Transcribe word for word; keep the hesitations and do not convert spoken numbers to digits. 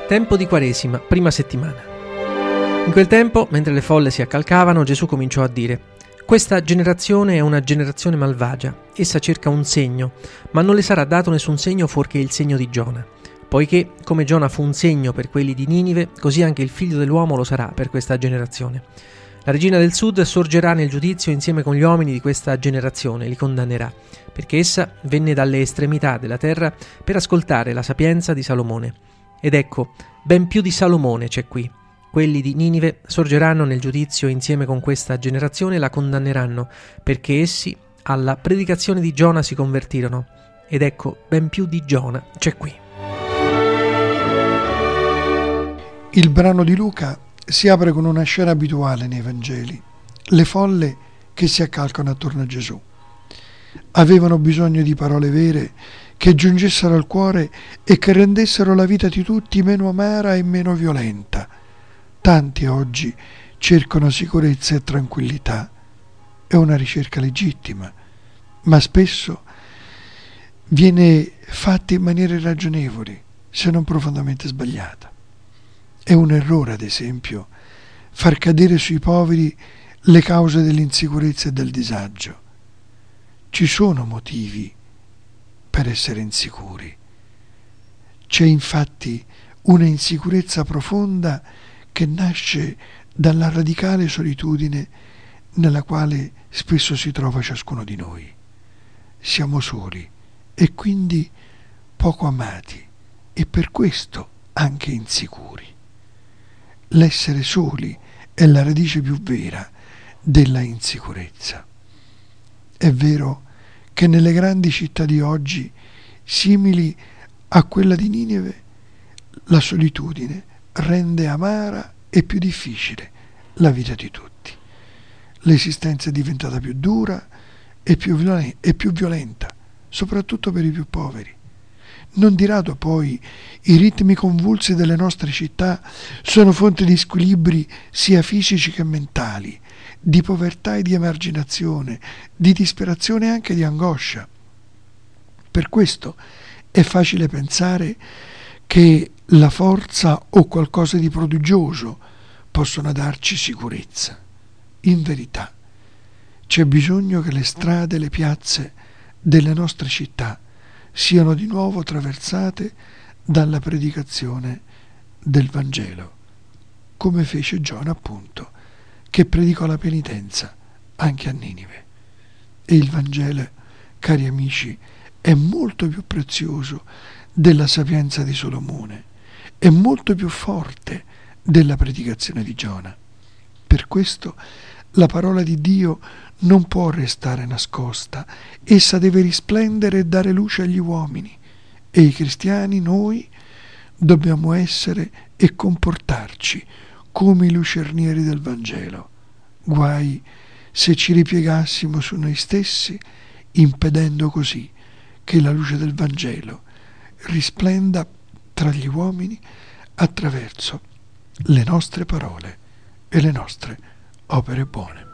Tempo di Quaresima, prima settimana. In quel tempo, mentre le folle si accalcavano, Gesù cominciò a dire: «Questa generazione è una generazione malvagia. Essa cerca un segno, ma non le sarà dato nessun segno fuorché il segno di Giona. Poiché, come Giona fu un segno per quelli di Ninive, così anche il Figlio dell'uomo lo sarà per questa generazione. La regina del sud sorgerà nel giudizio insieme con gli uomini di questa generazione e li condannerà, perché essa venne dalle estremità della terra per ascoltare la sapienza di Salomone. Ed ecco, ben più di Salomone c'è qui. Quelli di Ninive sorgeranno nel giudizio insieme con questa generazione e la condanneranno, perché essi alla predicazione di Giona si convertirono. Ed ecco, ben più di Giona c'è qui». Il brano di Luca si apre con una scena abituale nei Vangeli: le folle che si accalcano attorno a Gesù. Avevano bisogno di parole vere che giungessero al cuore e che rendessero la vita di tutti meno amara e meno violenta. Tanti oggi cercano sicurezza e tranquillità. È una ricerca legittima, ma spesso viene fatta in maniere irragionevoli, se non profondamente sbagliata. È un errore, ad esempio, far cadere sui poveri le cause dell'insicurezza e del disagio. Ci sono motivi per essere insicuri. C'è infatti una insicurezza profonda che nasce dalla radicale solitudine nella quale spesso si trova ciascuno di noi. Siamo soli e quindi poco amati e per questo anche insicuri. L'essere soli è la radice più vera della insicurezza. È vero che nelle grandi città di oggi, simili a quella di Ninive, la solitudine rende amara e più difficile la vita di tutti. L'esistenza è diventata più dura e più, violen- e più violenta, soprattutto per i più poveri. Non di rado poi i ritmi convulsi delle nostre città sono fonte di squilibri sia fisici che mentali, di povertà e di emarginazione, di disperazione e anche di angoscia. Per questo è facile pensare che la forza o qualcosa di prodigioso possono darci sicurezza. In verità, c'è bisogno che le strade e le piazze delle nostre città siano di nuovo traversate dalla predicazione del Vangelo, come fece Giona, appunto, che predicò la penitenza anche a Ninive. E il Vangelo, cari amici, è molto più prezioso della sapienza di Salomone, è molto più forte della predicazione di Giona. Per questo la parola di Dio non può restare nascosta, essa deve risplendere e dare luce agli uomini, e i cristiani, noi, dobbiamo essere e comportarci come i lucernieri del Vangelo. Guai se ci ripiegassimo su noi stessi, impedendo così che la luce del Vangelo risplenda tra gli uomini attraverso le nostre parole e le nostre opere buone.